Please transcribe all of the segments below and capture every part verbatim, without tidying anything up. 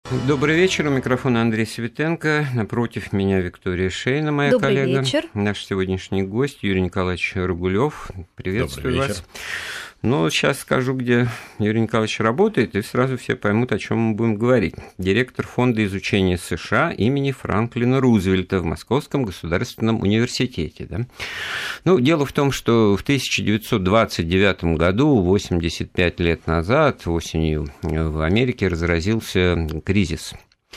Добрый вечер, у микрофона Андрей Светенко, напротив меня Виктория Шейна, моя Добрый коллега. вечер. Наш сегодняшний гость Юрий Николаевич Рогулёв. Приветствую Добрый вас. Ну, сейчас скажу, где Юрий Николаевич работает, и сразу все поймут, о чем мы будем говорить. Директор Фонда изучения США имени Франклина Рузвельта в Московском государственном университете. Да? Ну, дело в том, что в тысяча девятьсот двадцать девятом году, восемьдесят пять лет назад, осенью в Америке разразился кризис.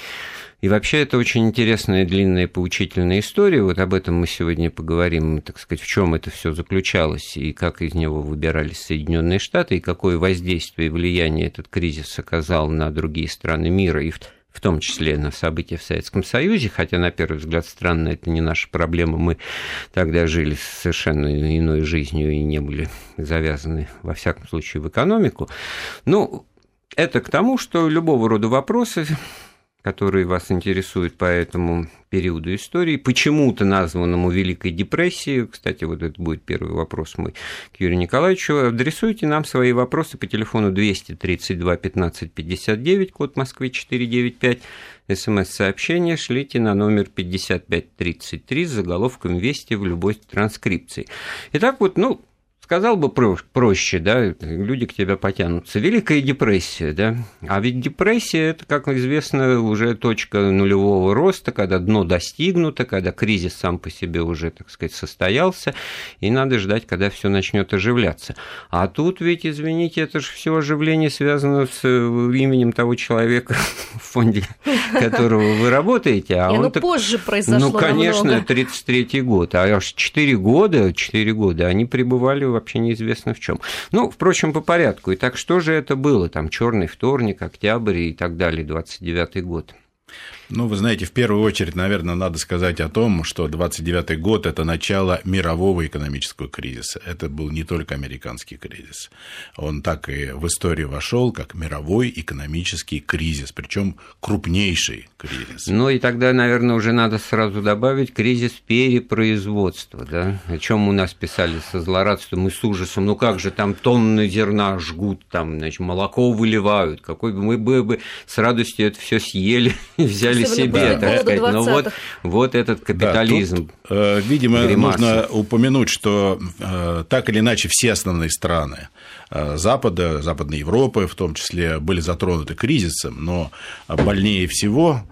И вообще это очень интересная, длинная, поучительная история. Вот об этом мы сегодня поговорим, так сказать, в чем это все заключалось, и как из него выбирались Соединенные Штаты, и какое воздействие и влияние этот кризис оказал на другие страны мира, и в, в том числе на события в Советском Союзе, хотя, на первый взгляд, странно, это не наша проблема, мы тогда жили совершенно иной жизнью и не были завязаны, во всяком случае, в экономику. Ну, это к тому, что любого рода вопросы, которые вас интересуют по этому периоду истории, почему-то названному Великой депрессией. Кстати, вот это будет первый вопрос мой к Юрию Николаевичу. Адресуйте нам свои вопросы по телефону двести тридцать два пятнадцать пятьдесят девять, код Москвы четыреста девяносто пять. СМС-сообщение шлите на номер пятьдесят пять тридцать три с заголовком «Вести» в любой транскрипции. Итак, вот, ну, сказал бы проще, да, люди к тебе потянутся. Великая депрессия, да, а ведь депрессия – это, как известно, уже точка нулевого роста, когда дно достигнуто, когда кризис сам по себе уже, так сказать, состоялся, и надо ждать, когда все начнет оживляться. А тут ведь, извините, это же все оживление связано с именем того человека в фонде, которого вы работаете. А и он оно так, позже произошло. Ну, конечно, намного. тридцать третий год, а аж четыре года, четыре года они пребывали вообще неизвестно в чем. Ну, впрочем, по порядку. Итак, что же это было? Там черный вторник, октябрь и так далее, двадцать девятый год. Ну, вы знаете, в первую очередь, наверное, надо сказать о том, что двадцать девятый год – это начало мирового экономического кризиса. Это был не только американский кризис. Он так и в историю вошел, как мировой экономический кризис, причем крупнейший кризис. Ну, и тогда, наверное, уже надо сразу добавить кризис перепроизводства, да? О чем у нас писали со злорадством и с ужасом. Ну, как же там тонны зерна жгут, там, значит, молоко выливают. Какой бы мы бы с радостью это все съели и взяли себе, так сказать. Но вот, вот этот капитализм. Да, тут, видимо, гримасы. Нужно упомянуть, что так или иначе все основные страны Запада, Западной Европы в том числе, были затронуты кризисом, но больнее всего,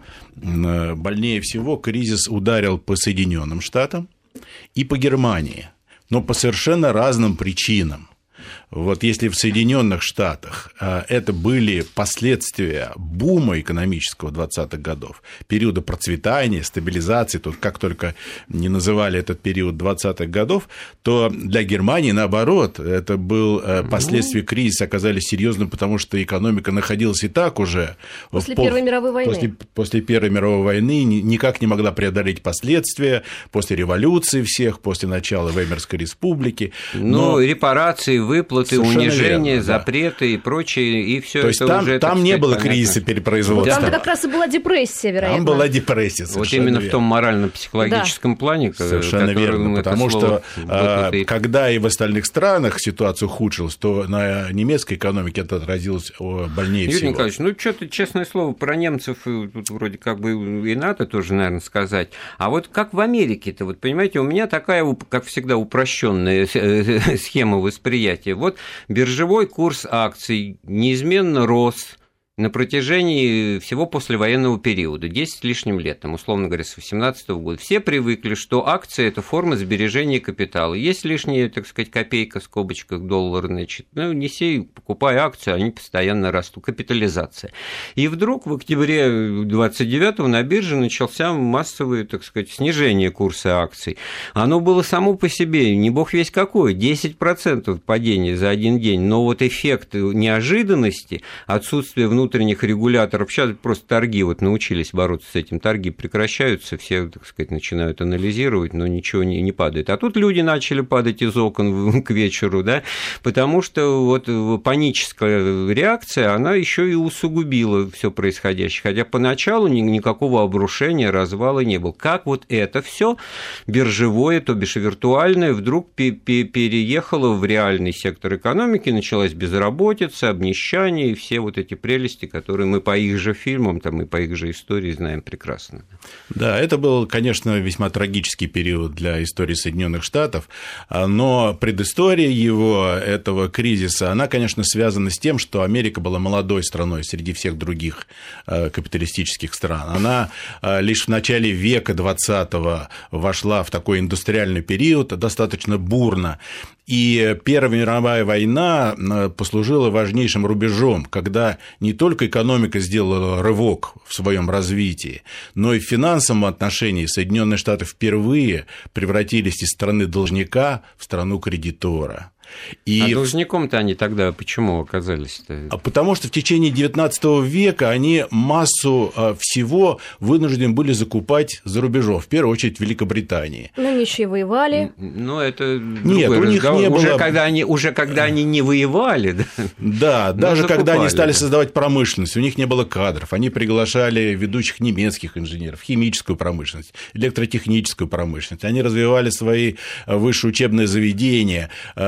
больнее всего кризис ударил по Соединенным Штатам и по Германии, но по совершенно разным причинам. Вот если в Соединенных Штатах это были последствия бума экономического двадцатых годов, периода процветания, стабилизации, тут как только не называли этот период двадцатых годов, то для Германии, наоборот, это был последствия кризиса оказались серьезным, потому что экономика находилась и так уже после пол... Первой мировой войны. После, после Первой мировой войны никак не могла преодолеть последствия, после революции всех, после начала Веймарской республики. Но... Ну, репарации, выплаты, унижения, верно, запреты да. и прочее, и все это есть там, уже... Там сказать, не было понятно. Кризиса перепроизводства. Там как раз и была депрессия, вероятно. Там была депрессия, вот именно верно. В том морально-психологическом да. плане, совершенно верно, потому что выплаты... когда и в остальных странах ситуация ухудшилась, то на немецкой экономике это отразилось больнее Юрий всего. Юрий Николаевич, ну что-то, честное слово, про немцев тут вроде как бы и надо тоже, наверное, сказать. А вот как в Америке-то, вот понимаете, у меня такая, как всегда, упрощенная схема восприятия. Вот биржевой курс акций неизменно рос на протяжении всего послевоенного периода, десять с лишним лет, там, условно говоря, с восемнадцатого года. Все привыкли, что акция – это форма сбережения капитала. Есть лишняя, так сказать, копейка в скобочках, доллар, значит, ну, неси, покупай акции, они постоянно растут, капитализация. И вдруг в октябре двадцать девятого на бирже начался массовое, так сказать, снижение курса акций. Оно было само по себе, не бог весть какое, десять процентов падения за один день, но вот эффект неожиданности, отсутствие внутреннего внутренних регуляторов, сейчас просто торги вот научились бороться с этим, торги прекращаются, все, так сказать, начинают анализировать, но ничего не, не падает. А тут люди начали падать из окон к вечеру, да, потому что вот паническая реакция, она еще и усугубила все происходящее, хотя поначалу никакого обрушения, развала не было. Как вот это все биржевое, то бишь виртуальное, вдруг переехало в реальный сектор экономики, началась безработица, обнищание и все вот эти прелести, месте, который мы по их же фильмам там, и по их же истории знаем прекрасно. Да, это был, конечно, весьма трагический период для истории Соединенных Штатов, но предыстория его, этого кризиса, она, конечно, связана с тем, что Америка была молодой страной среди всех других капиталистических стран. Она лишь в начале века двадцатого вошла в такой индустриальный период, достаточно бурно. И Первая мировая война послужила важнейшим рубежом, когда не только экономика сделала рывок в своем развитии, но и в финансовом отношении Соединенные Штаты впервые превратились из страны должника в страну кредитора. И... А должником-то они тогда почему оказались-то? А потому что в течение девятнадцатого века они массу всего вынуждены были закупать за рубежом, в первую очередь в Великобритании. Но они еще и воевали. Ну, это Нет, у них не было... Уже когда они, уже когда они не воевали, да? Да, даже закупали, когда они стали да. создавать промышленность, у них не было кадров, они приглашали ведущих немецких инженеров, химическую промышленность, электротехническую промышленность, они развивали свои высшие учебные заведения,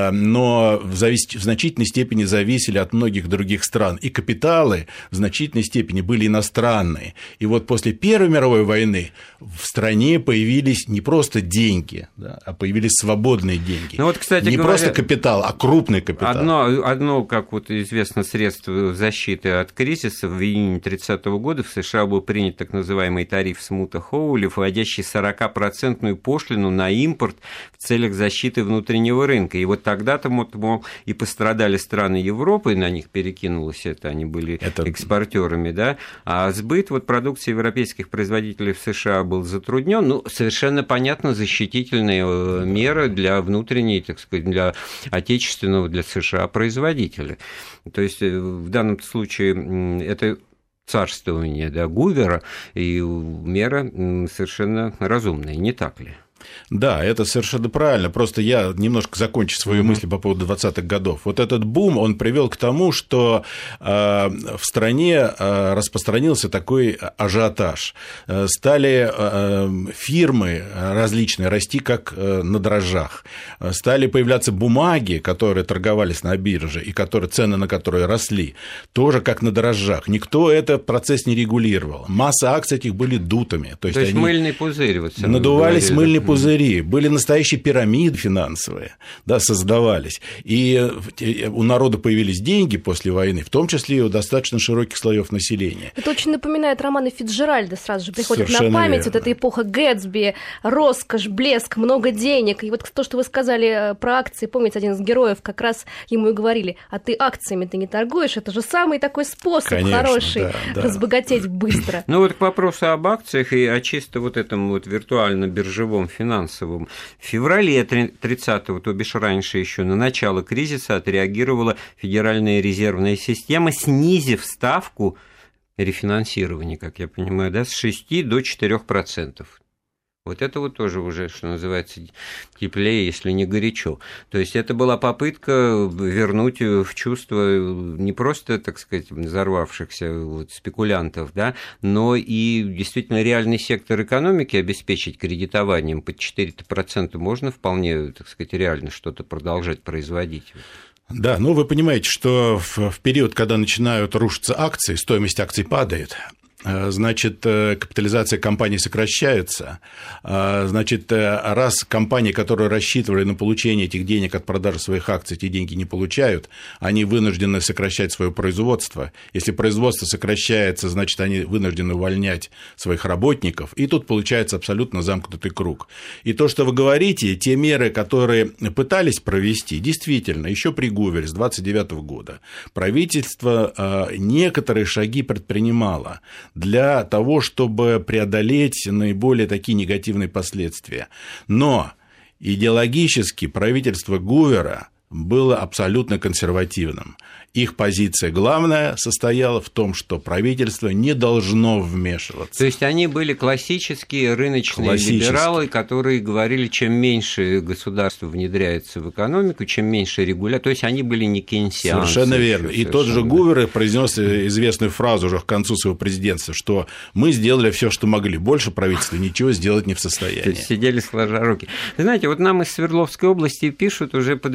но в, завис... в значительной степени зависели от многих других стран. И капиталы в значительной степени были иностранные. И вот после Первой мировой войны в стране появились не просто деньги, да, а появились свободные деньги. Ну, вот, кстати, не говоря, просто капитал, а крупный капитал. Одно, одно, как вот известно, средство защиты от кризиса. В июне тридцатого года в США был принят так называемый тариф Смута-Хоули, вводящий сорокапроцентную пошлину на импорт в целях защиты внутреннего рынка. И вот тогда-то, мол, и пострадали страны Европы, и на них перекинулось это, они были это... экспортерами, да, а сбыт вот продукции европейских производителей в США был затруднен. Ну, совершенно понятно, защитительные меры для внутренней, так сказать, для отечественного, для США производителя. То есть в данном случае это царствование, да, Гувера, и мера совершенно разумная, не так ли? Да, это совершенно правильно. Просто я немножко закончу свою mm-hmm. мысль по поводу двадцатых годов. Вот этот бум, он привел к тому, что э, в стране э, распространился такой ажиотаж. Э, стали э, фирмы различные расти как э, на дрожжах. Стали появляться бумаги, которые торговались на бирже и которые, цены на которые росли, тоже как на дрожжах. Никто этот процесс не регулировал. Масса акций этих были дутыми. То есть, То есть они мыльный пузырь. Вот надувались мыльный пузырь. Пузыри, были настоящие пирамиды финансовые, да, создавались. И у народа появились деньги после войны, в том числе и у достаточно широких слоев населения. Это очень напоминает романы Фицджеральда, сразу же приходит Совершенно на память. Верно. Вот эта эпоха Гэтсби, роскошь, блеск, много денег. И вот то, что вы сказали про акции, помните, один из героев как раз ему и говорили: а ты акциями ты не торгуешь, это же самый такой способ Конечно, хороший да, да. разбогатеть быстро. Ну вот к вопросу об акциях и о чисто вот этом вот виртуально-биржевом финансовом. В феврале тридцатого, то бишь раньше еще, на начало кризиса отреагировала Федеральная резервная система, снизив ставку рефинансирования, как я понимаю, да, с шести до четырёх процентов. Вот это вот тоже уже, что называется, теплее, если не горячо. То есть это была попытка вернуть в чувство не просто, так сказать, взорвавшихся вот спекулянтов, да, но и действительно реальный сектор экономики обеспечить кредитованием под четыре процента можно вполне, так сказать, реально что-то продолжать производить. Да, ну вы понимаете, что в период, когда начинают рушиться акции, стоимость акций падает. Значит, капитализация компаний сокращается. Значит, раз компании, которые рассчитывали на получение этих денег от продажи своих акций, эти деньги не получают, они вынуждены сокращать свое производство. Если производство сокращается, значит, они вынуждены увольнять своих работников. И тут получается абсолютно замкнутый круг. И то, что вы говорите, те меры, которые пытались провести, действительно, еще при Гувере с двадцать девятого года правительство некоторые шаги предпринимало для того, чтобы преодолеть наиболее такие негативные последствия. Но идеологически правительство Гувера было абсолютно консервативным. Их позиция главная состояла в том, что правительство не должно вмешиваться. То есть они были классические рыночные классические. либералы, которые говорили, чем меньше государство внедряется в экономику, чем меньше регуляции. То есть они были не кейнсианцы. Совершенно верно. И тот же Гувер произнес известную фразу уже к концу своего президентства, что мы сделали все, что могли. Больше правительство ничего сделать не в состоянии. То есть сидели сложа руки. Вы знаете, вот нам из Свердловской области пишут, уже подвергая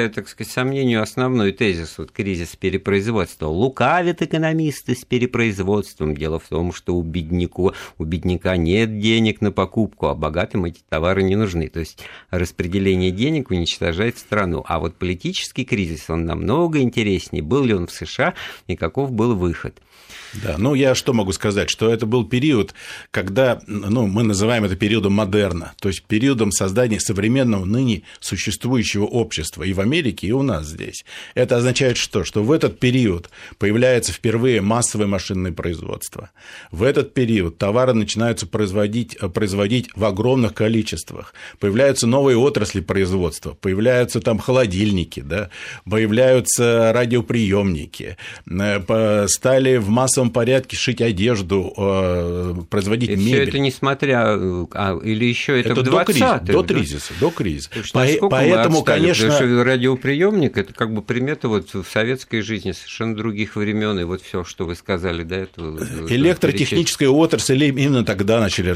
подвергая, так сказать, сомнению основной тезис, вот кризис перепроизводства. Лукавят экономисты с перепроизводством. Дело в том, что у, бедняку, у бедняка нет денег на покупку, а богатым эти товары не нужны. То есть распределение денег уничтожает страну. А вот политический кризис, он намного интереснее. Был ли он в США и каков был выход? Да, ну я что могу сказать, что это был период, когда, ну, мы называем это периодом модерна, то есть периодом создания современного ныне существующего общества и в Америке, и у нас здесь. Это означает что? Что в этот период появляется впервые массовое машинное производство. В этот период товары начинаются производить, производить в огромных количествах. Появляются новые отрасли производства, появляются там холодильники, да, появляются радиоприемники, стали в массовом порядке шить одежду, производить и мебель. Все это несмотря, а, или еще это, это в двадцатых, до кризиса, до кризиса. Слушай, По, поэтому, отстали, конечно, потому что радиоприемник это как бы примета вот в советской жизни совершенно других времен, и вот все, что вы сказали до этого. Электротехническая отрасль именно тогда начали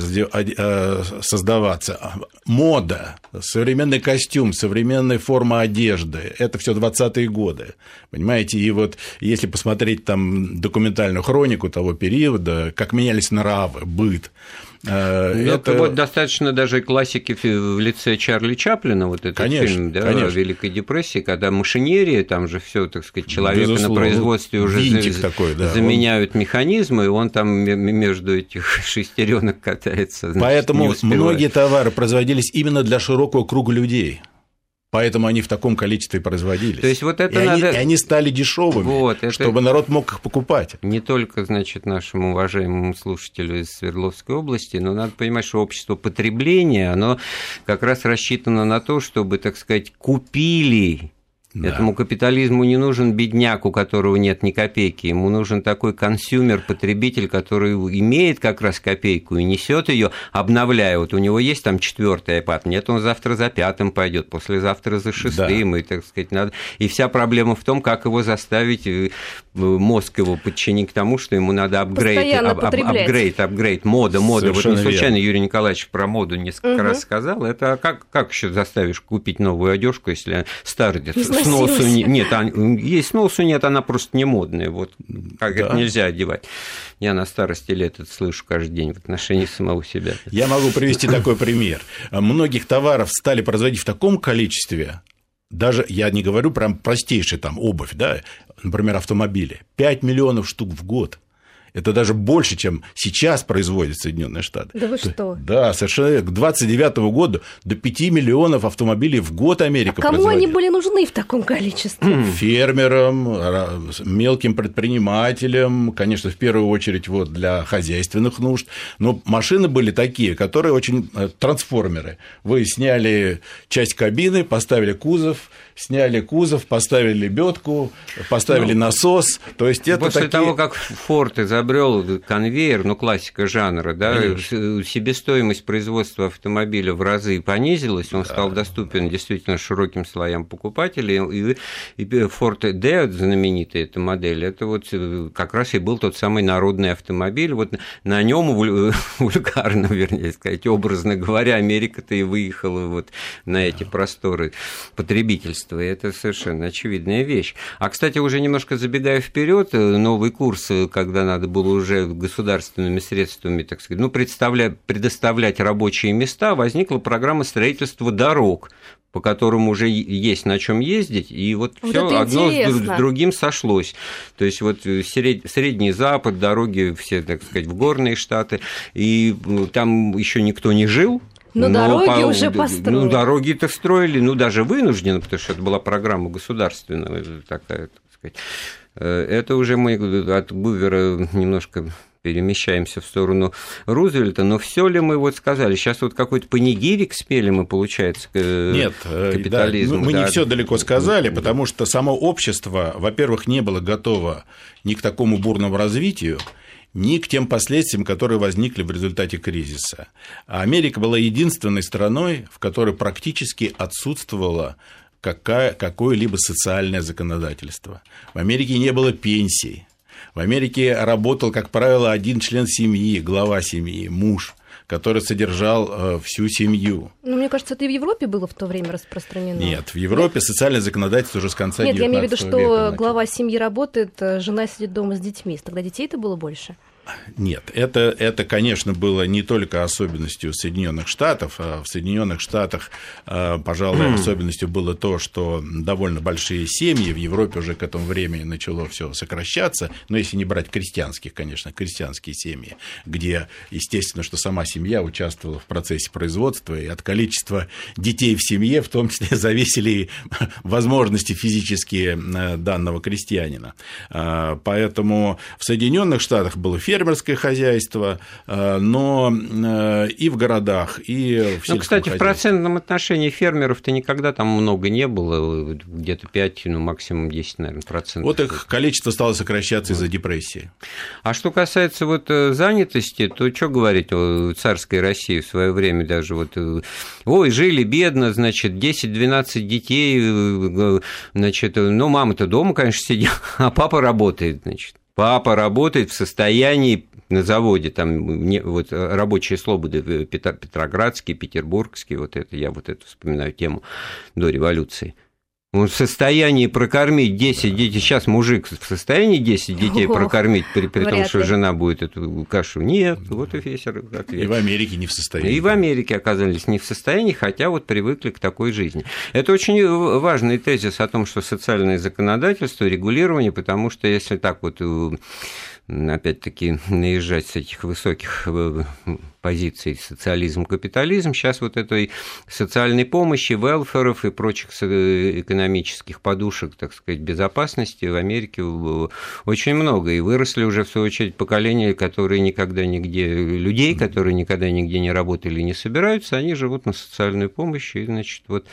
создаваться. Мода, современный костюм, современная форма одежды, это все двадцатые годы, понимаете? И вот если посмотреть там документальную хронику того периода, как менялись нравы, быт. Ну, это вот достаточно даже классики в лице Чарли Чаплина, вот этот конечно, фильм, да, конечно. о Великой депрессии, когда машинерия, там же все, так сказать, человека Безусловно. на производстве уже за... такой, да. заменяют он... механизмы, и он там между этих шестеренок катается. Значит, поэтому многие товары производились именно для широкого круга людей. Поэтому они в таком количестве производились. То есть вот это и, надо... они, и они стали дешевыми, вот, чтобы народ мог их покупать. Не только, значит, нашему уважаемому слушателю из Свердловской области, но надо понимать, что общество потребления, оно как раз рассчитано на то, чтобы, так сказать, купили. Да. Этому капитализму не нужен бедняк, у которого нет ни копейки. Ему нужен такой консюмер, потребитель, который имеет как раз копейку и несет ее, обновляя. Вот у него есть там четвертый iPad, нет, он завтра за пятым пойдет, послезавтра за шестым, да. и, так сказать, надо. И вся проблема в том, как его заставить, мозг его подчинить к тому, что ему надо апгрейд, ап, апгрейд, апгрейд, мода, мода. Совершенно вот не случайно верно. Юрий Николаевич про моду несколько угу. раз сказал. Это как, как еще заставишь купить новую одежку, если старый сносу нет, есть сносу нет, она просто не модная, вот как да. это нельзя одевать. Я на старости лет это слышу каждый день в отношении самого себя. Я могу привести такой пример. Многих товаров стали производить в таком количестве, даже я не говорю прям простейшая там обувь, да, например, автомобили, пять миллионов штук в год. Это даже больше, чем сейчас производят Соединенные Штаты. Да вы что? Да, совершенно. К двадцать девятому году до пяти миллионов автомобилей в год Америка производит. А кому производит. они были нужны в таком количестве? Фермерам, мелким предпринимателям, конечно, в первую очередь вот для хозяйственных нужд. Но машины были такие, которые очень... Трансформеры. Вы сняли часть кабины, поставили кузов, сняли кузов, поставили лебедку, поставили ну, насос. То есть это после такие... того, как Форд изобрел конвейер, ну, классика жанра, да, Конечно. себестоимость производства автомобиля в разы понизилась, он да. стал доступен действительно широким слоям покупателей, и, и Ford D, знаменитая эта модель, это вот как раз и был тот самый народный автомобиль, вот на нем вульгарно, вернее сказать, образно говоря, Америка-то и выехала вот на эти просторы потребительства, и это совершенно очевидная вещь. А, кстати, уже немножко забегая вперед, новый курс, когда надо было уже государственными средствами, так сказать, ну, предоставлять рабочие места, возникла программа строительства дорог, по которым уже есть на чем ездить, и вот, вот все одно интересно. с другим сошлось. То есть вот Средний Запад, дороги все, так сказать, в горные штаты, и там еще никто не жил. Но, но дороги по, уже построили. Ну, дороги-то строили, ну, даже вынуждены, потому что это была программа государственная такая, так сказать. Это уже мы от Гувера немножко перемещаемся в сторону Рузвельта, но все ли мы вот сказали? Сейчас вот какой-то панигирик спели мы, получается, к Нет, капитализму. Да, мы да. не все далеко сказали, потому что само общество, во-первых, не было готово ни к такому бурному развитию, ни к тем последствиям, которые возникли в результате кризиса. А Америка была единственной страной, в которой практически отсутствовало какая, какое-либо социальное законодательство. В Америке не было пенсий. В Америке работал, как правило, один член семьи, глава семьи, муж. который содержал всю семью. Ну, мне кажется, это и в Европе было в то время распространено. Нет, в Европе Нет? социальное законодательство уже с конца Нет, девятнадцатого века. Нет, я имею в виду, что глава семьи работает, жена сидит дома с детьми. Тогда детей-то было больше? Нет, это, это, конечно, было не только особенностью Соединенных Штатов, а в Соединенных Штатах, пожалуй, особенностью было то, что довольно большие семьи, в Европе уже к этому времени начало все сокращаться, но если не брать крестьянских, конечно, крестьянские семьи, где, естественно, что сама семья участвовала в процессе производства, и от количества детей в семье в том числе зависели возможности физические данного крестьянина. Поэтому в Соединенных Штатах было фермерство, фермерское хозяйство, но и в городах, и в сельском Ну, кстати, хозяйстве. В процентном отношении фермеров-то никогда там много не было, где-то пять, ну, максимум десять, наверное, процентов. Вот их количество стало сокращаться вот. из-за депрессии. А что касается вот занятости, то что говорить о царской России в свое время даже вот, ой, жили бедно, значит, десять-двенадцать детей, значит, ну, мама-то дома, конечно, сидела, а папа работает, значит. Папа работает в состоянии на заводе, там вот рабочие слободы Петроградские, Петербургские, вот это, я вот эту вспоминаю тему до революции. Он в состоянии прокормить десять да. детей. Сейчас мужик в состоянии десять детей прокормить, при, при том, что жена будет эту кашу. Нет, вот и весь ответ. И в Америке не в состоянии. И в Америке оказались не в состоянии, хотя вот привыкли к такой жизни. Это очень важный тезис о том, что социальное законодательство, регулирование, потому что если так вот опять-таки наезжать с этих высоких позиций социализм, капитализм, сейчас вот этой социальной помощи, велферов и прочих экономических подушек, так сказать, безопасности в Америке очень много, и выросли уже, в свою очередь, поколения, которые никогда нигде, людей, которые никогда нигде не работали и не собираются, они живут на социальную помощь и, значит, вот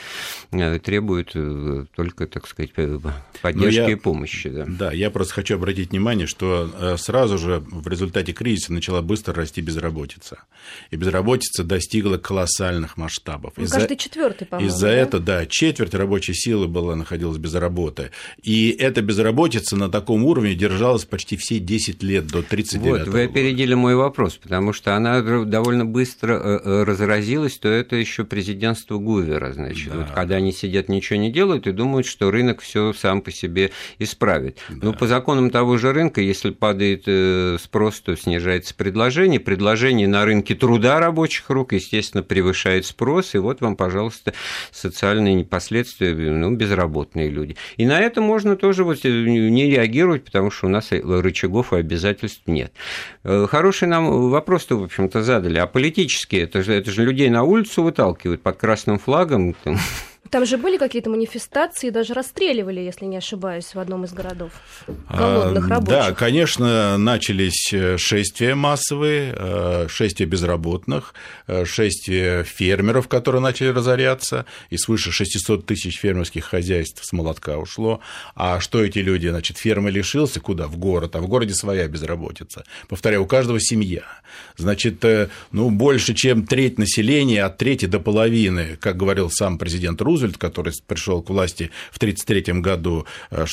требуют только, так сказать, поддержки я, и помощи. Да. да, я просто хочу обратить внимание, что сразу же в результате кризиса начала быстро расти безработица. И безработица достигла колоссальных масштабов. Ну, каждый четвертый, по-моему. Из-за да? этого, да, четверть рабочей силы была, находилась без работы. И эта безработица на таком уровне держалась почти все десять лет, до тридцать девятого года. Вот, вы опередили мой вопрос, потому что она довольно быстро разразилась, то это еще президентство Гувера, значит. Да. Вот, когда они сидят, ничего не делают и думают, что рынок все сам по себе исправит. Да. Но по законам того же рынка, если падает спрос, то снижается предложение. Предложение на рынке труда рабочих рук, естественно, превышает спрос, и вот вам, пожалуйста, социальные последствия, ну, безработные люди. И на это можно тоже вот не реагировать, потому что у нас рычагов и обязательств нет. Хороший нам вопрос-то, в общем-то, задали. А политические, это же, это же людей на улицу выталкивают под красным флагом. Там же были какие-то манифестации, даже расстреливали, если не ошибаюсь, в одном из городов голодных рабочих. Да, конечно, начались шествия массовые, шествия безработных, шествия фермеров, которые начали разоряться, и свыше шестьсот тысяч фермерских хозяйств с молотка ушло. А что эти люди, значит, фермы лишился, куда? В город, а в городе своя безработица. Повторяю, у каждого семья. Значит, ну, больше, чем треть населения, от трети до половины, как говорил сам президент Рузвельт, который пришел к власти в тысяча девятьсот тридцать третьем году,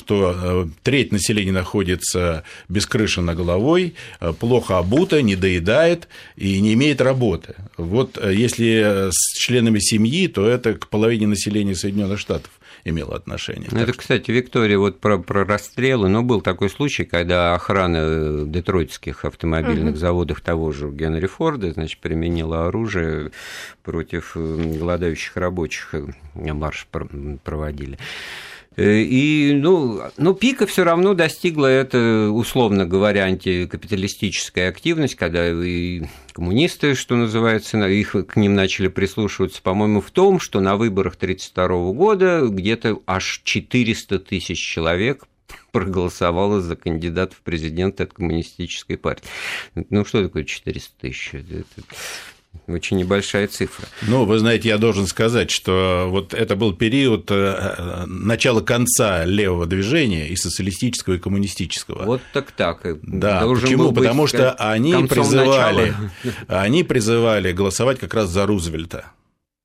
что треть населения находится без крыши над головой, плохо обута, не доедает и не имеет работы. Вот если с членами семьи, то это к половине населения Соединенных Штатов имело отношение. Это, так, кстати, Виктория, вот про, про расстрелы, но был такой случай, когда охрана детройтских автомобильных uh-huh. заводов того же Генри Форда, значит, применила оружие против голодающих рабочих, марш проводили. И, ну, ну, пика все равно достигла это, условно говоря, антикапиталистическая активность, когда и коммунисты, что называется, их к ним начали прислушиваться, по-моему, в том, что на выборах тысяча девятьсот тридцать второго года где-то аж четыреста тысяч человек проголосовало за кандидата в президенты от коммунистической партии. Ну, что такое четыреста тысяч? Это... Очень небольшая цифра. Ну, вы знаете, я должен сказать, что вот это был период начала-конца левого движения, и социалистического, и коммунистического. Вот так так. Да, почему? Потому что они призывали, они призывали голосовать как раз за Рузвельта.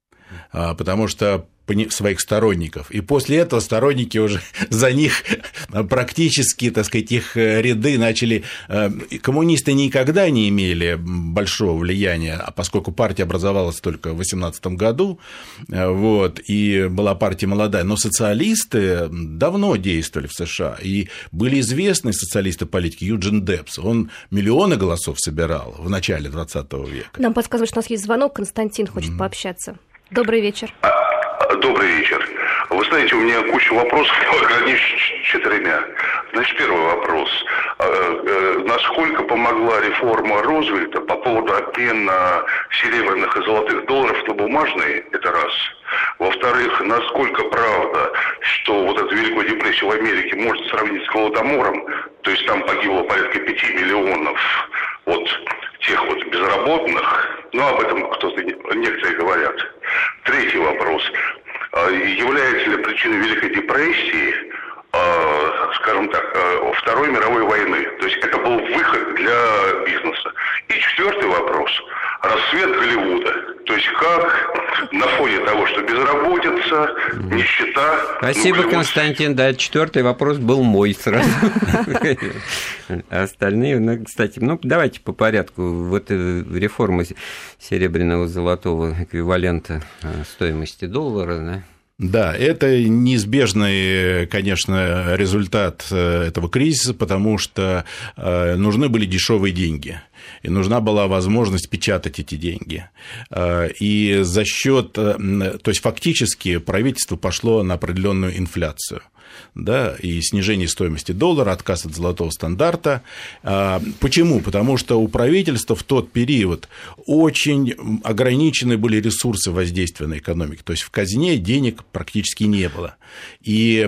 потому что своих сторонников. И после этого сторонники уже за них практически, так сказать, их ряды начали... Коммунисты никогда не имели большого влияния, а поскольку партия образовалась только в восемнадцатом году, вот, и была партия молодая, но социалисты давно действовали в США, и были известны социалисты-политики. Юджин Депс, он миллионы голосов собирал в начале двадцатого века. Нам подсказывают, что у нас есть звонок, Константин хочет mm-hmm. пообщаться. Добрый вечер. Добрый вечер. Вы знаете, у меня куча вопросов, ограничусь четырьмя. Значит, первый вопрос. Насколько помогла реформа Рузвельта по поводу обмена серебряных и золотых долларов на бумажные? Это раз. Во-вторых, насколько правда, что вот эту Великую депрессию в Америке можно сравнить с Голодомором? То есть там погибло порядка пяти миллионов вот тех вот безработных. Ну, об этом кто-то, некоторые говорят. Третий вопрос. Является ли причиной Великой депрессии, скажем так, Второй мировой войны? То есть это был выход для бизнеса. И четвертый вопрос. Рассвет Голливуда. То есть как на фоне того, что безработица, нищета... Спасибо, ну, Константин. Да, четвертый вопрос был мой сразу. А остальные, ну, кстати, ну, давайте по порядку. Вот реформа серебряного золотого эквивалента стоимости доллара, да? Да, это неизбежный, конечно, результат этого кризиса, потому что нужны были дешевые деньги. И нужна была возможность печатать эти деньги. И за счет, то есть фактически правительство пошло на определенную инфляцию. Да, и снижение стоимости доллара, отказ от золотого стандарта. Почему? Потому что у правительства в тот период очень ограничены были ресурсы воздействия на экономику. То есть в казне денег практически не было. И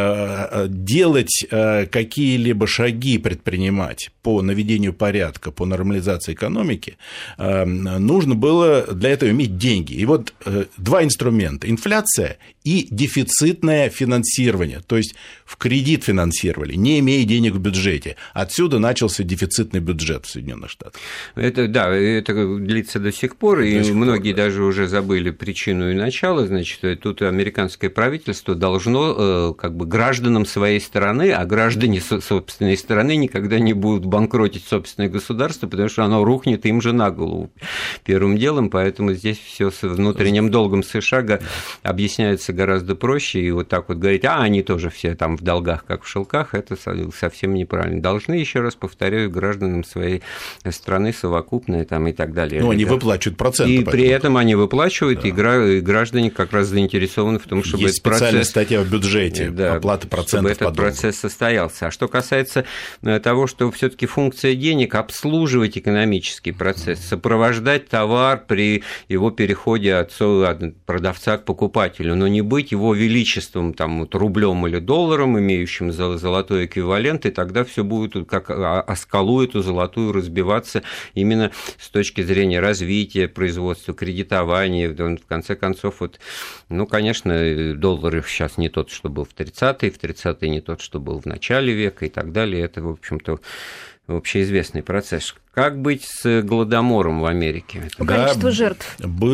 делать какие-либо шаги, предпринимать по наведению порядка, по нормализации экономики, нужно было для этого иметь деньги. И вот два инструмента – инфляция и дефицитное финансирование. То есть в кредит финансировали, не имея денег в бюджете. Отсюда начался дефицитный бюджет в Соединенных Штатах. Это, да, это длится до сих пор, до и сих многие пор, да. даже уже забыли причину и начало. Значит, тут американское правительство должно как бы гражданам своей страны, а граждане собственной страны никогда не будут банкротить собственное государство, потому что оно рухнет им же на голову первым делом, поэтому здесь все с внутренним долгом США объясняется гораздо проще, и вот так вот говорить, а они тоже все там в долгах, как в шелках, это совсем неправильно. Должны, еще раз повторяю, гражданам своей страны совокупные там и так далее. Ну, они выплачивают проценты. И при этом они выплачивают, да. и граждане как раз заинтересованы в том, чтобы Есть этот специальная процесс... статья в бюджете, да, оплата процентов чтобы этот по долгу. Процесс состоялся. А что касается того, что все-таки функция денег обслуживать экономический процесс, сопровождать товар при его переходе от продавца к покупателю, но не быть его величеством там, вот, рублем или долларом, имеющим золотой эквивалент, и тогда все будет как о скалу эту золотую разбиваться именно с точки зрения развития производства, кредитования. В конце концов, вот, ну, конечно, доллар сейчас не тот, что был в тридцатые, в тридцатые не тот, что был в начале века и так далее. Это, в общем-то, общеизвестный процесс. Как быть с Голодомором в Америке? Количество да, жертв.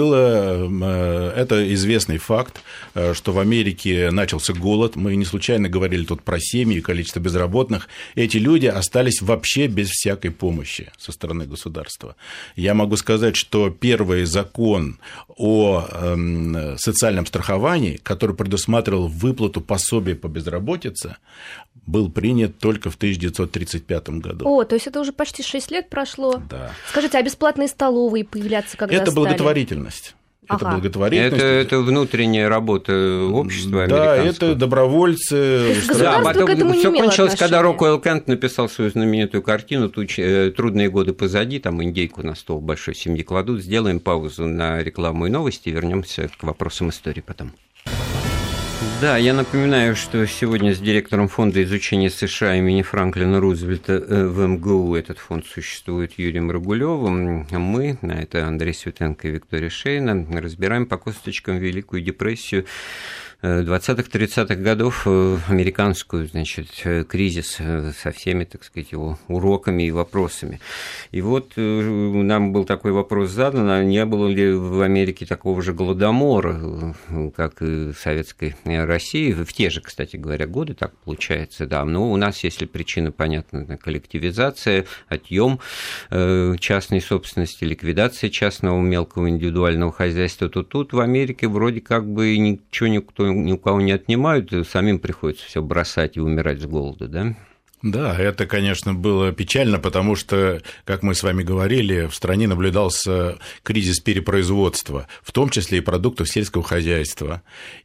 Было, это известный факт, что в Америке начался голод. Мы не случайно говорили тут про семьи и количество безработных. Эти люди остались вообще без всякой помощи со стороны государства. Я могу сказать, что первый закон о социальном страховании, который предусматривал выплату пособий по безработице, был принят только в тысяча девятьсот тридцать пятом году. О, то есть это уже почти шесть лет прошло. Да. Скажите, а бесплатные столовые появляться когда Это стали? благотворительность. Это ага. благотворительность. Это, это внутренняя работа общества американского. Да, это добровольцы. Да, потом все кончилось, когда Рокуэлл Кент написал свою знаменитую картину «Трудные годы позади», там индейку на стол большой семьи кладут. Сделаем паузу на рекламу и новости, вернемся к вопросам истории потом. Да, я напоминаю, что сегодня с директором Фонда изучения США имени Франклина Рузвельта в эм гэ у этот фонд существует Юрием Рогулевым. Мы, на это Андрей Светенко и Виктория Шейна, разбираем по косточкам Великую депрессию двадцатых-тридцатых годов американскую, значит, кризис со всеми, так сказать, его уроками и вопросами. И вот нам был такой вопрос задан, а не было ли в Америке такого же голодомора, как и в Советской России, в те же, кстати говоря, годы, так получается, да. Но у нас, если причина понятна, коллективизация, отъем частной собственности, ликвидация частного мелкого индивидуального хозяйства, то тут в Америке вроде как бы ничего никто ни у кого не отнимают, самим приходится все бросать и умирать с голоду, да? Да, это, конечно, было печально, потому что, как мы с вами говорили, в стране наблюдался кризис перепроизводства, в том числе и продуктов сельского хозяйства.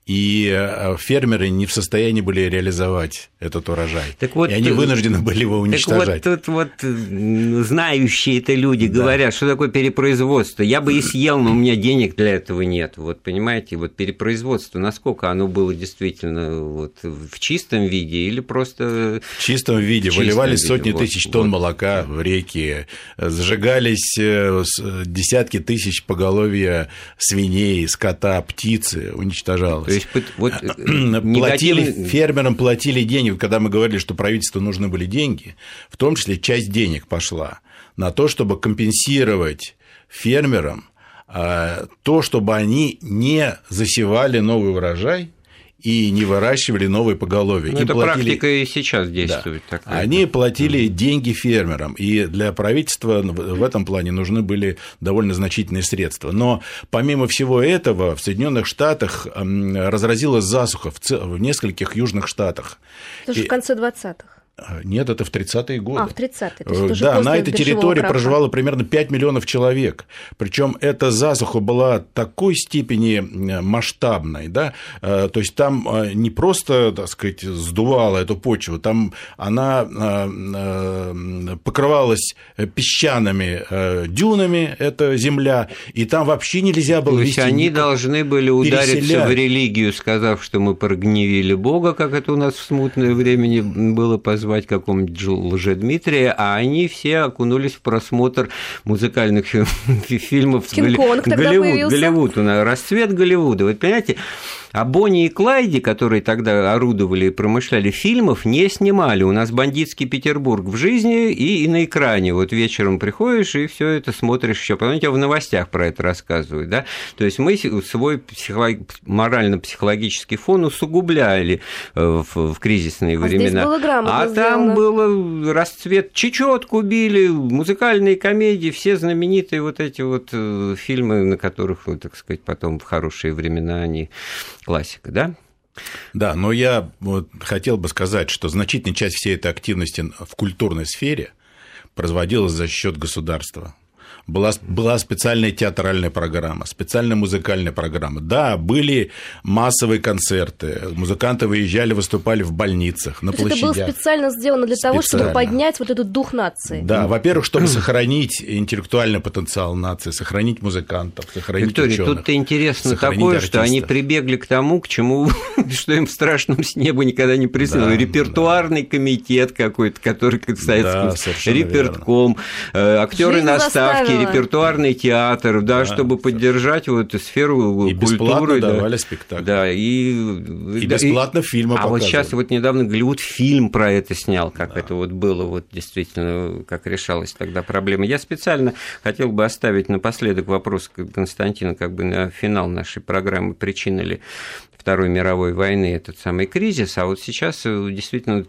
И фермеры не в состоянии были реализовать этот урожай. Так вот, и они вынуждены были его уничтожать. Так вот, тут вот знающие это люди да. говорят, что такое перепроизводство. Я бы и съел, но у меня денег для этого нет. Вот понимаете, вот перепроизводство, насколько оно было действительно вот в чистом виде или просто... В чистом виде. виде выливались сотни вот, тысяч тонн вот. молока в реки, сжигались десятки тысяч поголовья свиней, скота, птицы, уничтожалось. То есть, вот, платили, негатив... Фермерам платили деньги, когда мы говорили, что правительству нужны были деньги, в том числе часть денег пошла на то, чтобы компенсировать фермерам то, чтобы они не засевали новый урожай, и не выращивали новые поголовья. Ну, это платили... практика и сейчас действует. Да. Они платили mm-hmm. деньги фермерам, и для правительства в этом плане нужны были довольно значительные средства. Но помимо всего этого в Соединенных Штатах разразилась засуха в нескольких южных штатах. Это же и... в конце двадцатых. Нет, это в тридцатые годы. А, в тридцатые. Да, на этой территории краха. проживало примерно пять миллионов человек. Причем эта засуха была такой степени масштабной, да, то есть там не просто, так сказать, сдувала эту почву, там она покрывалась песчаными дюнами, эта земля, и там вообще нельзя было вести. То есть они должны были удариться переселять. в религию, сказав, что мы прогневили Бога, как это у нас в смутное времени было позволено, какого-нибудь Лжедмитрия, а они все окунулись в просмотр музыкальных фильмов. Кинг-Конг тогда появился. Голливуд, у нас расцвет Голливуда. Вы понимаете, а Бонни и Клайди, которые тогда орудовали и промышляли, фильмов не снимали. У нас бандитский Петербург в жизни и, и на экране. Вот вечером приходишь и все это смотришь еще. Потом тебе в новостях про это рассказывают. Да? То есть мы свой психолог... морально-психологический фон усугубляли в, в кризисные а времена. Здесь было грамотно а сделано. Там был расцвет. Чечетку били, музыкальные комедии, все знаменитые вот эти вот фильмы, на которых, так сказать, потом в хорошие времена они... Классика, да? Да, но я вот хотел бы сказать, что значительная часть всей этой активности в культурной сфере производилась за счет государства. Была, была специальная театральная программа, специальная музыкальная программа. Да, были массовые концерты, музыканты выезжали, выступали в больницах, на То площадях. Это было специально сделано для специально. того, чтобы поднять вот этот дух нации. Да, во-первых, чтобы сохранить интеллектуальный потенциал нации, сохранить музыкантов, сохранить Виктория, ученых. Тут-то интересно такое, артистов. Что они прибегли к тому, к чему, что им в страшном сне бы никогда не приснилось. Да, репертуарный да. комитет какой-то, который в Советском да, репертском, актеры наставки, репертуарный театр, да, да, чтобы поддержать вот сферу и культуры. И бесплатно да, давали спектакли. Да, и, и да, бесплатно и, фильмы а показывали. А вот сейчас вот недавно Голливуд фильм про это снял, как да. это вот было, вот действительно, как решалась тогда проблема. Я специально хотел бы оставить напоследок вопрос Константина, как бы на финал нашей программы, причины ли Второй мировой войны этот самый кризис, а вот сейчас действительно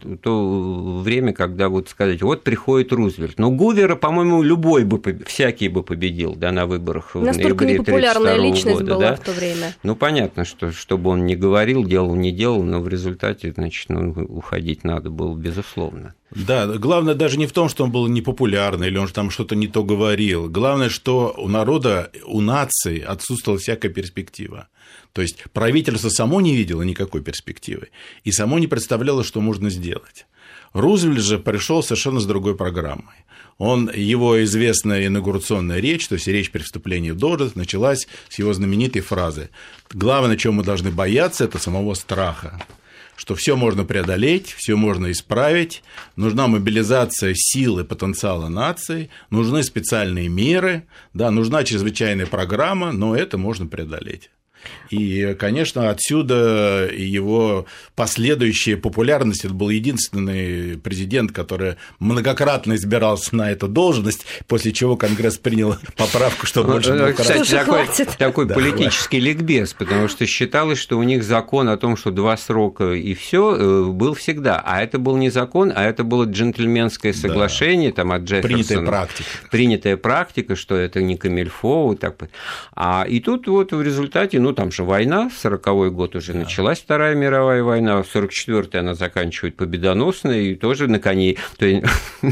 то время, когда вот сказать, вот приходит Рузвельт. Но Гувера, по-моему, любой бы, всякий бы победил, да, на выборах в Настолько ноябре непопулярная личность года, была да? в то время. Ну, понятно, что чтобы он не говорил, делал, не делал, но в результате, значит, ну, уходить надо было, безусловно. Да, главное даже не в том, что он был непопулярный или он там что-то не то говорил. Главное, что у народа, у нации отсутствовала всякая перспектива. То есть правительство само не видело никакой перспективы и само не представляло, что можно сделать. Рузвельт же пришел совершенно с другой программой. Он, его известная инаугурационная речь, то есть речь при вступлении в должность, началась с его знаменитой фразы: «Главное, чего мы должны бояться, это самого страха». Что все можно преодолеть, все можно исправить, нужна мобилизация сил и потенциала нации, нужны специальные меры, да, нужна чрезвычайная программа, но это можно преодолеть. И, конечно, отсюда его последующая популярность. Это был единственный президент, который многократно избирался на эту должность, после чего Конгресс принял поправку, что больше двукратно. Кстати, такой, такой да, политический да. ликбез, потому что считалось, что у них закон о том, что два срока и все был всегда. А это был не закон, а это было джентльменское соглашение да. там, от Джефферсона. Принятая практика. Принятая практика, что это не камильфо. Так. А, и тут вот в результате, ну, там же война, сороковой год уже да. началась Вторая мировая война, в сорок четвёртый она заканчивает победоносно, и тоже на коней, то есть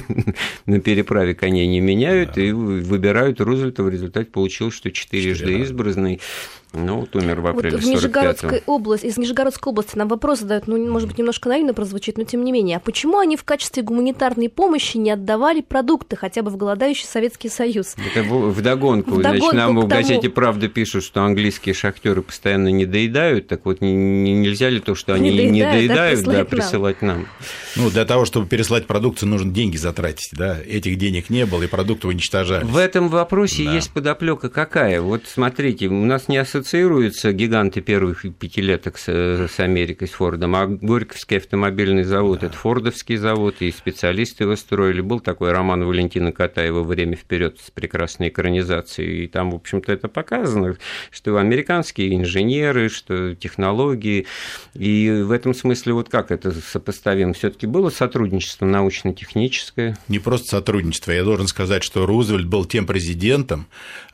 на переправе коней не меняют, да. и выбирают Рузвельта. В результате получилось, что четырежды избранный. Ну, вот умер в апреле вот в Нижегородской области, из Нижегородской области нам вопрос задают, ну, может быть, немножко наивно прозвучит, но тем не менее. А почему они в качестве гуманитарной помощи не отдавали продукты хотя бы в голодающий Советский Союз? Это вдогонку. В Значит, нам в газете «Правда» пишут, что английские шахтеры постоянно не доедают. Так вот, не, не, нельзя ли то, что они не доедают, не доедают да, присылать, да, присылать нам? нам? Ну, для того, чтобы переслать продукцию, нужно деньги затратить. Да? Этих денег не было, и продукты уничтожались. В этом вопросе да. есть подоплека какая? Вот смотрите, у нас не ассоциируется гиганты первых пятилеток с, с Америкой, с Фордом, а Горьковский автомобильный завод, да. это фордовский завод, и специалисты его строили. Был такой роман Валентина Катаева «Время вперед» с прекрасной экранизацией, и там, в общем-то, это показано, что американские инженеры, что технологии, и в этом смысле вот как это сопоставим? Все-таки было сотрудничество научно-техническое? Не просто сотрудничество. Я должен сказать, что Рузвельт был тем президентом,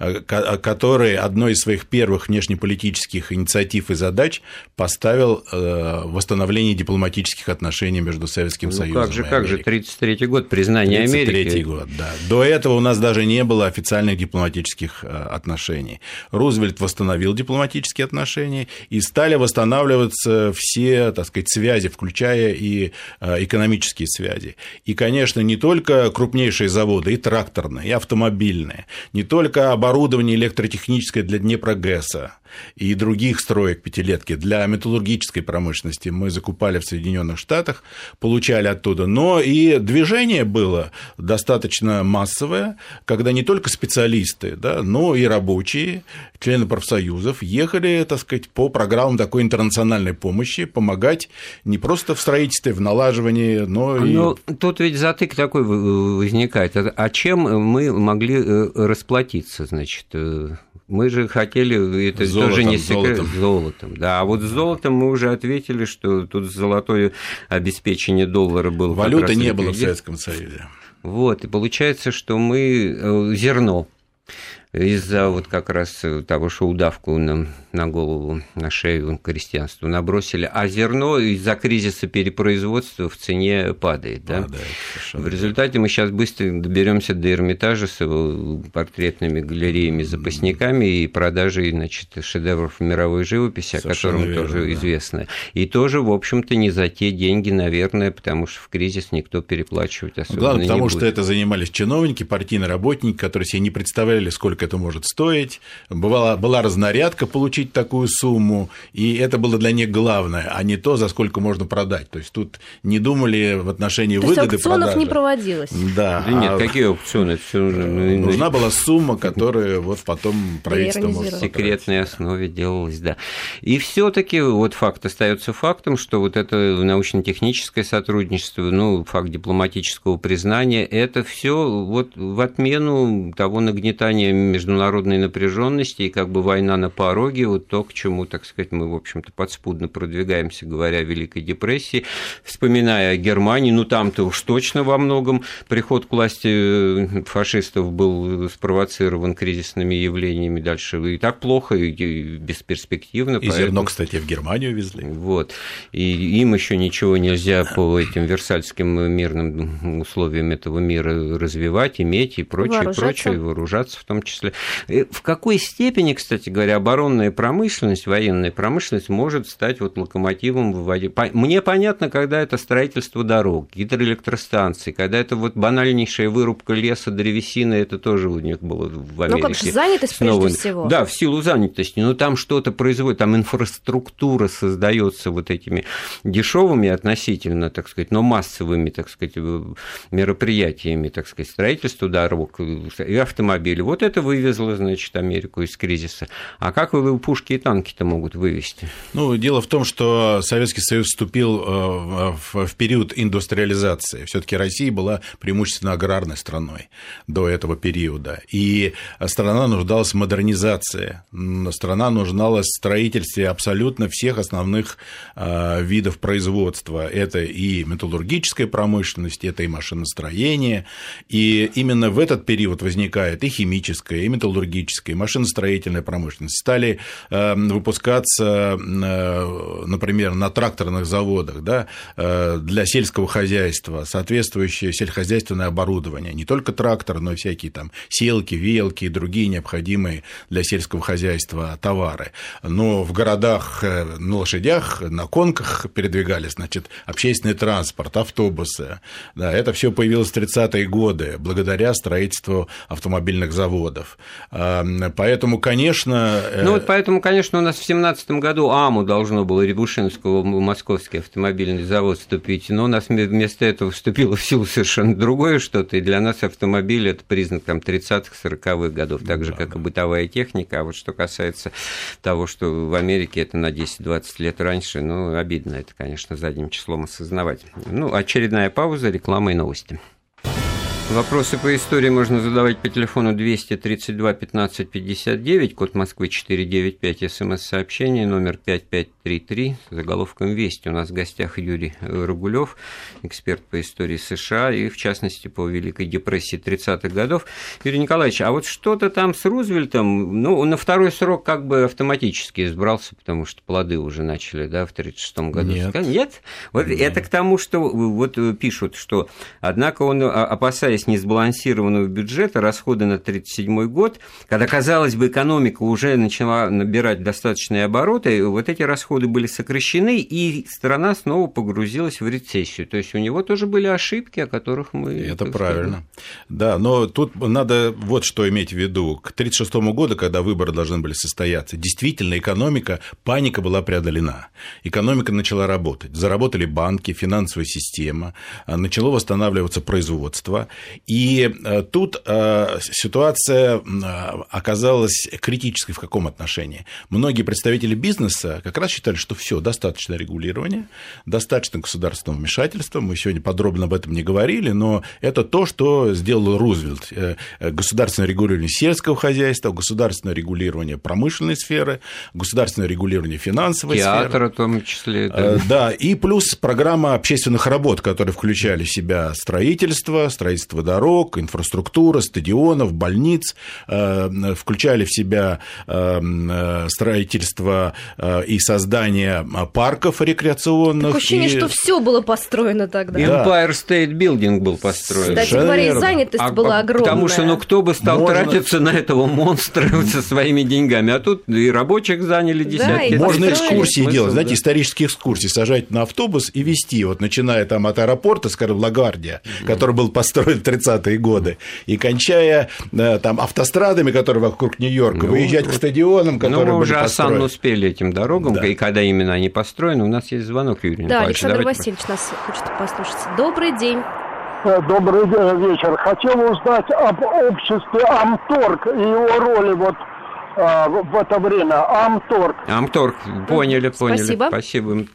который одной из своих первых внешнеполитических инициатив и задач поставил восстановление дипломатических отношений между Советским ну, Союзом как же, и как же, тридцать третий год, признание Америки. тридцать третий год, да. До этого у нас даже не было официальных дипломатических отношений. Рузвельт восстановил дипломатические отношения, и стали восстанавливаться все, так сказать, связи, включая и экономические связи. И, конечно, не только крупнейшие заводы, и тракторные, и автомобильные, не только оборудование электротехническое для Днепрогэса и других строек пятилетки для металлургической промышленности мы закупали в Соединенных Штатах, получали оттуда, но и движение было достаточно массовое, когда не только специалисты, да, но и рабочие, члены профсоюзов ехали, так сказать, по программам такой интернациональной помощи помогать не просто в строительстве, в налаживании, но и... Но тут ведь затык такой возникает. А чем мы могли расплатиться, значит? Мы же хотели, это золотом, тоже не секрет, золотом. золотом. Да, а вот с золотом мы уже ответили, что тут золотое обеспечение доллара было. Валюты не было в Советском Союзе. Вот, и получается, что мы зерно из-за вот как раз того, что удавку на, на голову, на шею крестьянству набросили, а зерно из-за кризиса перепроизводства в цене падает. Да? Падает, в результате мы сейчас быстро доберемся до Эрмитажа с его портретными галереями, запасниками и продажей, значит, шедевров мировой живописи, совершенно о котором верно, тоже да. известно. И тоже, в общем-то, не за те деньги, наверное, потому что в кризис никто переплачивать особенно Главное, не потому будет. Потому что это занимались чиновники, партийные работники, которые себе не представляли, сколько это может стоить. Бывала, была разнарядка получить такую сумму, и это было для них главное, а не то, за сколько можно продать. То есть тут не думали в отношении то выгоды продажи. То есть аукционов не проводилось? Да. Да нет, а... какие аукционы? Все... Нужна была сумма, которая вот потом правительство может в секретной основе делалась, да. И все-таки вот факт остается фактом, что вот это научно-техническое сотрудничество, ну, факт дипломатического признания, это все вот в отмену того нагнетания международной напряженности и как бы война на пороге, вот то, к чему, так сказать, мы, в общем-то, подспудно продвигаемся, говоря о Великой депрессии, вспоминая о Германии, ну, там-то уж точно во многом приход к власти фашистов был спровоцирован кризисными явлениями, дальше и так плохо, и бесперспективно. И поэтому... зерно, кстати, в Германию везли. Вот, и им еще ничего нельзя по этим версальским мирным условиям этого мира развивать, иметь и прочее, прочее, вооружаться в том числе. В какой степени, кстати говоря, оборонная промышленность, военная промышленность может стать вот локомотивом в воде? Мне понятно, когда это строительство дорог, гидроэлектростанций, когда это вот банальнейшая вырубка леса, древесины, это тоже у них было в Америке. Ну, как же занятость снова... прежде всего. Да, в силу занятости, но там что-то производит, там инфраструктура создается вот этими дешевыми относительно, так сказать, но массовыми, так сказать, мероприятиями, так сказать, строительство дорог и автомобилей. Вот это вывезла, значит, Америку из кризиса. А как вы пушки и танки-то могут вывести? Ну, дело в том, что Советский Союз вступил в период индустриализации. Все-таки Россия была преимущественно аграрной страной до этого периода. И страна нуждалась в модернизации. Страна нуждалась в строительстве абсолютно всех основных видов производства. Это и металлургическая промышленность, это и машиностроение. И именно в этот период возникает и химическая, и металлургическая, и машиностроительная промышленность. Стали выпускаться, например, на тракторных заводах, да, для сельского хозяйства соответствующее сельскохозяйственное оборудование. Не только трактор, но и всякие там селки, веялки и другие необходимые для сельского хозяйства товары. Но в городах на лошадях, на конках передвигались, значит, общественный транспорт, автобусы. Да, это все появилось в тридцатые годы благодаря строительству автомобильных заводов. Поэтому, конечно... Ну вот поэтому, конечно, у нас в семнадцатом году АМУ должно было, Рябушинского, Московский автомобильный завод, вступить, но у нас вместо этого вступило в силу совершенно другое что-то, и для нас автомобиль – это признак там, тридцатых-сороковых годов, так же, да, как да. и бытовая техника. А вот что касается того, что в Америке это на десять-двадцать лет раньше, ну, обидно это, конечно, задним числом осознавать. Ну, очередная пауза, реклама и новости. Вопросы по истории можно задавать по телефону двести тридцать два пятнадцать пятьдесят девять, код Москвы четыреста девяносто пять, смс-сообщение номер пять пять три три, заголовком «Вести». У нас в гостях Юрий Рогулёв, эксперт по истории США и, в частности, по Великой депрессии тридцатых годов. Юрий Николаевич, а вот что-то там с Рузвельтом, ну, на второй срок как бы автоматически избрался, потому что плоды уже начали, да, в тридцать шестом году. Нет. Нет? Вот Нет. Это к тому, что вот пишут, что, однако, он, опасаясь несбалансированного бюджета, расходы на тридцать седьмой год, когда, казалось бы, экономика уже начала набирать достаточные обороты, вот эти расходы были сокращены, и страна снова погрузилась в рецессию. То есть у него тоже были ошибки, о которых мы... Это правильно. Да, но тут надо вот что иметь в виду. К тридцать шестому году, когда выборы должны были состояться, действительно экономика, паника была преодолена. Экономика начала работать. Заработали банки, финансовая система, начало восстанавливаться производство. И тут ситуация оказалась критической в каком отношении? Многие представители бизнеса как раз считали, что все, достаточно регулирования, достаточно государственного вмешательства. Мы сегодня подробно об этом не говорили, но это то, что сделал Рузвельт. Государственное регулирование сельского хозяйства, государственное регулирование промышленной сферы, государственное регулирование финансовой Театра, сферы. Театра в том числе. Да. да, и плюс программа общественных работ, которые включали в себя строительство, строительство дорог, инфраструктура, стадионов, больниц, включали в себя строительство и создание парков рекреационных. Такое ощущение, и... что все было построено тогда. Empire State Building был построен. Кстати говоря, и занятость а, была огромная. Потому что, ну, кто бы стал Можно... тратиться на этого монстра со своими деньгами, а тут и рабочих заняли десятки. Да, Можно экскурсии смысл, делать, да. знаете, исторические экскурсии, сажать на автобус и везти, вот начиная там от аэропорта, скажем, Лагвардия, mm-hmm. который был построен в тридцатые годы, и кончая там автострадами, которые вокруг Нью-Йорка, ну, выезжать к стадионам, которые ну, мы были уже построены. осанну успели этим дорогам, да. И когда именно они построены, у нас есть звонок, Юрий Да, Николаевич. Александр Давайте... Васильевич нас хочет послушать. Добрый день. Добрый вечер. Хотел узнать об обществе Амторг и его роли вот а, в это время. Амторг. Амторг, поняли, поняли. Спасибо. Спасибо.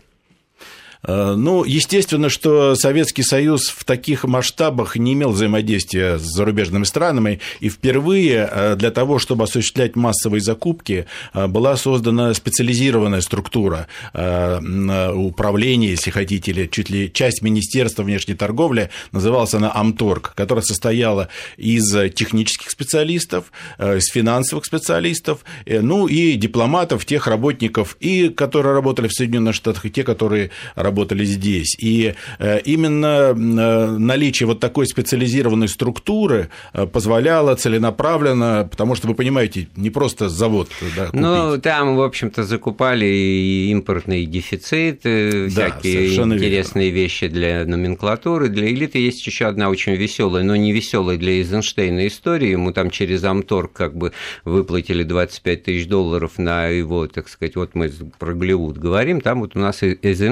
Ну, естественно, что Советский Союз в таких масштабах не имел взаимодействия с зарубежными странами, и впервые для того, чтобы осуществлять массовые закупки, была создана специализированная структура управления, если хотите, или чуть ли часть Министерства внешней торговли, называлась она Амторг, которая состояла из технических специалистов, из финансовых специалистов, ну и дипломатов, тех работников, и которые работали в Соединенных Штатах, и те, которые работали здесь. И именно наличие вот такой специализированной структуры позволяло целенаправленно, потому что, вы понимаете, не просто завод, да, купить. Ну, там, в общем-то, закупали и импортный дефицит, да, всякие интересные верно. Вещи для номенклатуры, для элиты. Есть еще одна очень веселая, но не веселая для Эйзенштейна история. Ему там через Амторг как бы выплатили двадцать пять тысяч долларов на его, так сказать, вот мы про Голливуд говорим, там вот у нас Эйзенштейн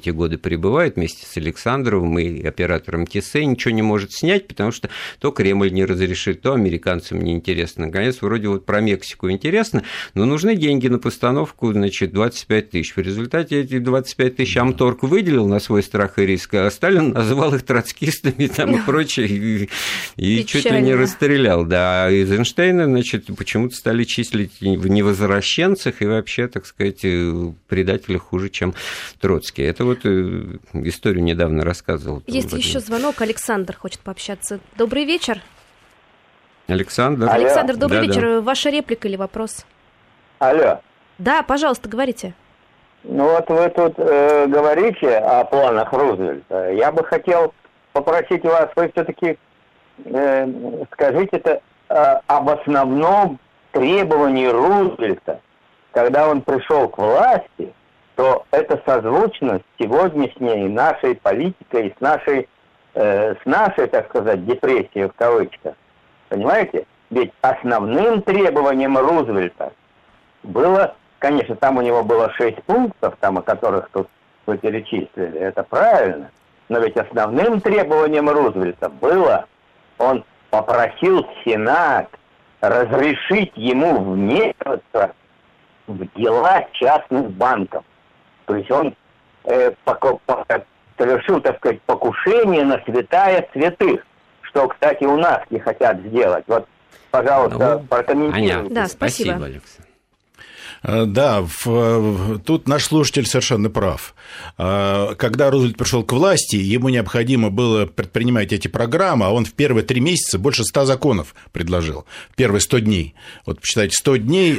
эти годы пребывает вместе с Александровым и оператором Тессе, ничего не может снять, потому что то Кремль не разрешит, то американцам не интересно. Наконец, вроде вот про Мексику интересно, но нужны деньги на постановку, значит, двадцать пять тысяч. В результате эти двадцать пять тысяч Амторг выделил на свой страх и риск, а Сталин назвал их троцкистами там, и прочее, и, и чуть ли не расстрелял. Да. А Эйзенштейна, значит, почему-то стали числить в невозвращенцах и вообще, так сказать, предателях хуже, чем Троцкий. Это вот историю недавно рассказывал. Есть еще звонок. Александр хочет пообщаться. Добрый вечер. Александр. Алло. Александр, добрый да, вечер. Да. Ваша реплика или вопрос? Алло. Да, пожалуйста, говорите. Ну вот вы тут э, говорите о планах Рузвельта. Я бы хотел попросить вас, вы все-таки э, скажите это э, об основном требовании Рузвельта, когда он пришел к власти, то это созвучно с сегодняшней нашей политикой, с нашей, э, с нашей, так сказать, депрессией в кавычках. Понимаете? Ведь основным требованием Рузвельта было, конечно, там у него было шесть пунктов, там, о которых тут вы перечислили, это правильно, но ведь основным требованием Рузвельта было, он попросил Сенат разрешить ему вмешиваться в дела частных банков. То есть он э, поко- поко- совершил, так сказать, покушение на святая святых, что, кстати, у нас не хотят сделать. Вот, пожалуйста, ну, прокомментируйте. Да, спасибо. Спасибо, Александр. Да, в, тут наш слушатель совершенно прав. Когда Рузвельт пришел к власти, ему необходимо было предпринимать эти программы, а он в первые три месяца больше ста законов предложил. В первые сто дней. Вот посчитайте, сто дней,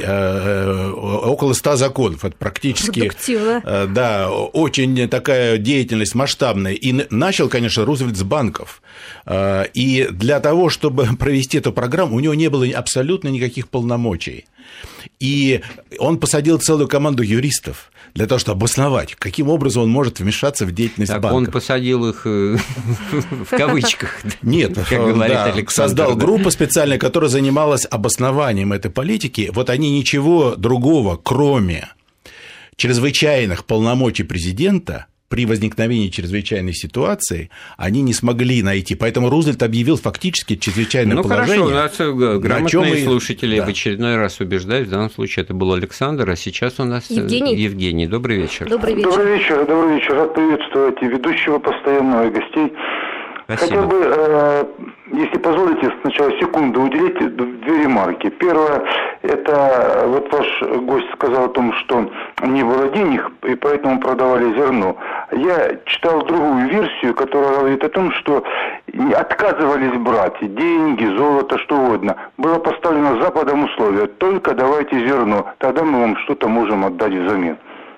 около ста законов. Это практически... Продуктивно. Да, очень такая деятельность масштабная. И начал, конечно, Рузвельт с банков. И для того, чтобы провести эту программу, у него не было абсолютно никаких полномочий. И он посадил целую команду юристов для того, чтобы обосновать, каким образом он может вмешаться в деятельность так банков. Он посадил их в кавычках. Нет, как говорит да, Александр. Создал группу специальную, которая занималась обоснованием этой политики. Вот они ничего другого, кроме чрезвычайных полномочий президента, при возникновении чрезвычайной ситуации они не смогли найти. Поэтому Рузвельт объявил фактически чрезвычайное ну, положение. Ну, хорошо, у нас грамотные мы... слушатели да. в очередной раз убеждают. В данном случае это был Александр, а сейчас у нас Евгений. Евгений. Добрый вечер. Добрый вечер. Добрый вечер, добрый вечер. Рад приветствовать и ведущего постоянного, и гостей. Спасибо. Хотел бы, э, если позволите, сначала секунду уделить две ремарки. Первое, это вот ваш гость сказал о том, что не было денег, и поэтому продавали зерно. Я читал другую версию, которая говорит о том, что отказывались брать деньги, золото, что угодно. Было поставлено Западом условие: только давайте зерно, тогда мы вам что-то можем отдать взамен.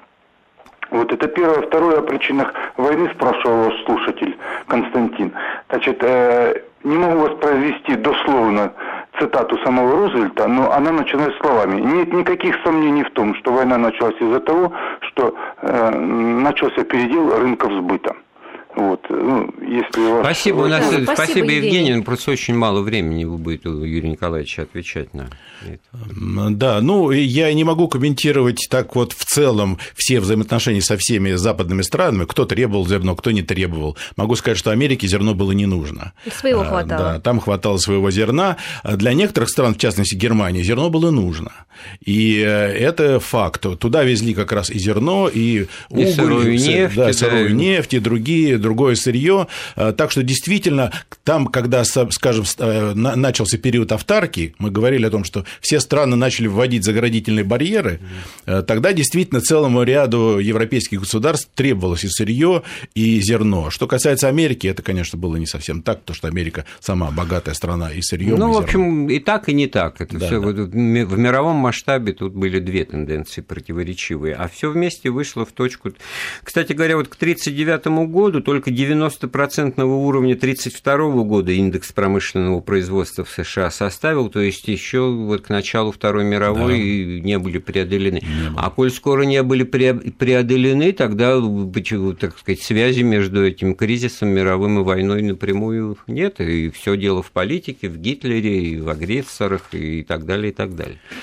Вот это первое. Второе, о причинах войны спрашивал ваш слушатель Константин. Значит, э, не могу воспроизвести дословно цитату самого Рузвельта, но она начинается словами: нет никаких сомнений в том, что война началась из-за того, что э, начался передел рынков сбыта. Вот, ну, если у вас... Спасибо, у нас, да, спасибо, спасибо, Евгений. Евгений. Просто очень мало времени будет у Юрия Николаевича отвечать на это. Да, ну, я не могу комментировать так вот в целом все взаимоотношения со всеми западными странами, кто требовал зерно, кто не требовал. Могу сказать, что Америке зерно было не нужно. Своего хватало. Да, там хватало своего зерна. Для некоторых стран, в частности Германии, зерно было нужно. И это факт. Туда везли как раз и зерно, и уголь, и сырую нефть, да, да, сырую да. нефть, и другие, другое сырье. Так что действительно, там, когда, скажем, начался период автаркии, мы говорили о том, что все страны начали вводить заградительные барьеры, тогда действительно целому ряду европейских государств требовалось и сырье, и зерно. Что касается Америки, это, конечно, было не совсем так, потому что Америка сама богатая страна и сырьем, Ну, и в зерном. общем, и так, и не так. Это Да, все да. вот в мировом масштабе тут были две тенденции противоречивые, а все вместе вышло в точку. Кстати говоря, вот к тридцать девятому году только девяносто процентов уровня тридцать второго года индекс промышленного производства в США составил, то есть еще вот к началу Второй мировой да. не были преодолены. Не а коль скоро не были преодолены, тогда, так сказать, связи между этим кризисом мировым и войной напрямую нет, и все дело в политике, в Гитлере, и в агрессорах, и так далее, и так далее.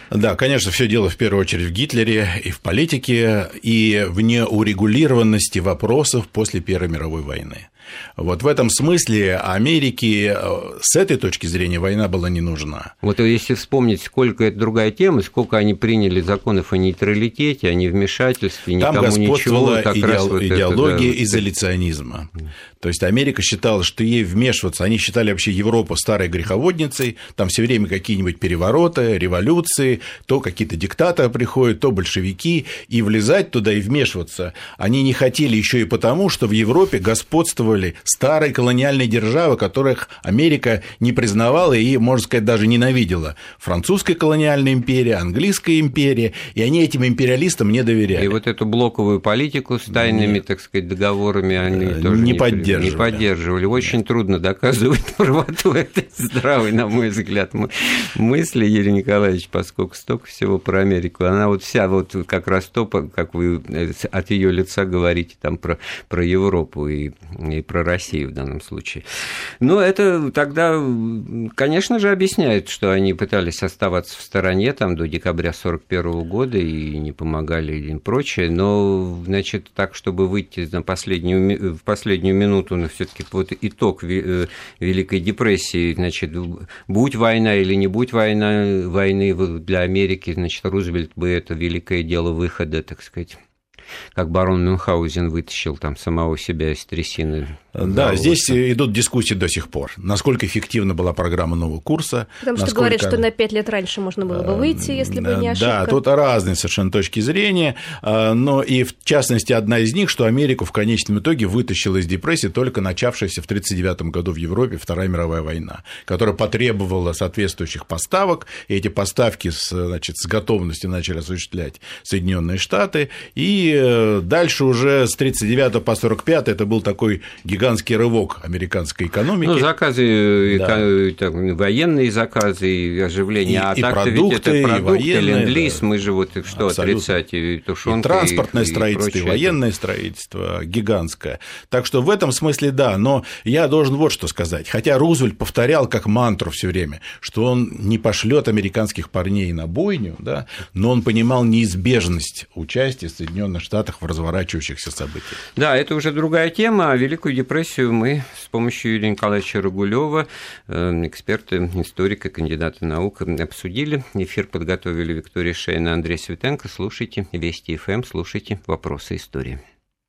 Да, конечно, все дело в первую очередь в Гитлере и в политике, и в неурегулированности вопросов после Первой мировой войны. Вот в этом смысле Америке с этой точки зрения война была не нужна. Вот если вспомнить, сколько это другая тема, сколько они приняли законов о нейтралитете, о невмешательстве, никому там господствовала ничего. Идеал, вот идеология это, да, изоляционизма. То есть Америка считала, что ей вмешиваться, они считали вообще Европу старой греховодницей, там все время какие-нибудь перевороты, революции, то какие-то диктаторы приходят, то большевики, и влезать туда и вмешиваться они не хотели еще и потому, что в Европе господствовали старые колониальные державы, которых Америка не признавала и, можно сказать, даже ненавидела. Французская колониальная империя, английская империя, и они этим империалистам не доверяли. И вот эту блоковую политику с тайными, Нет. так сказать, договорами они тоже не, не поддерживали. Не поддерживали. Очень Нет. трудно доказывать правоту этой здравой, на мой взгляд, мысли, Юрий Николаевич, поскольку столько всего про Америку. Она вот вся вот как раз то, как вы от ее лица говорите там про, про Европу и, и про Россию в данном случае. Но это тогда, конечно же, объясняет, что они пытались оставаться в стороне там, до декабря сорок первого года и не помогали и прочее, но, значит, так, чтобы выйти на последнюю, в последнюю минуту на все-таки вот итог Великой депрессии, значит, будь война или не будь война, войны для Америки, значит, Рузвельт бы это великое дело выхода, так сказать, как барон Мюнхгаузен вытащил там самого себя из трясины. Да, здесь идут дискуссии до сих пор, насколько эффективна была программа нового курса. Потому что насколько... говорят, что на пять лет раньше можно было бы выйти, если бы не ошибка. Да, тут разные совершенно точки зрения, но и в частности одна из них, что Америку в конечном итоге вытащила из депрессии только начавшаяся в тысяча девятьсот тридцать девятом году в Европе Вторая мировая война, которая потребовала соответствующих поставок, и эти поставки с, значит, с готовностью начали осуществлять Соединенные Штаты, и дальше уже с тридцать девятого по сорок пятый это был такой гигантский рывок американской экономики. Ну, заказы, да. там, военные заказы, и оживление, и, а и так-то продукты, ведь это продукты, и военные, ленд-лиз, да. мы же вот что Абсолютно. отрицать, и тушенка, и транспортное и, строительство, и и военное строительство гигантское. Так что в этом смысле да, но я должен вот что сказать. Хотя Рузвельт повторял как мантру все время, что он не пошлет американских парней на бойню, да, но он понимал неизбежность участия Соединенных Штатов в разворачивающихся событиях. Да, это уже другая тема. Великую депрессию мы с помощью Юрия Николаевича Рагулева, эксперта, историка, кандидата наук, обсудили. Эфир подготовили Виктория Шейна, Андрей Светенко. Слушайте Вести эф эм, слушайте «Вопросы истории».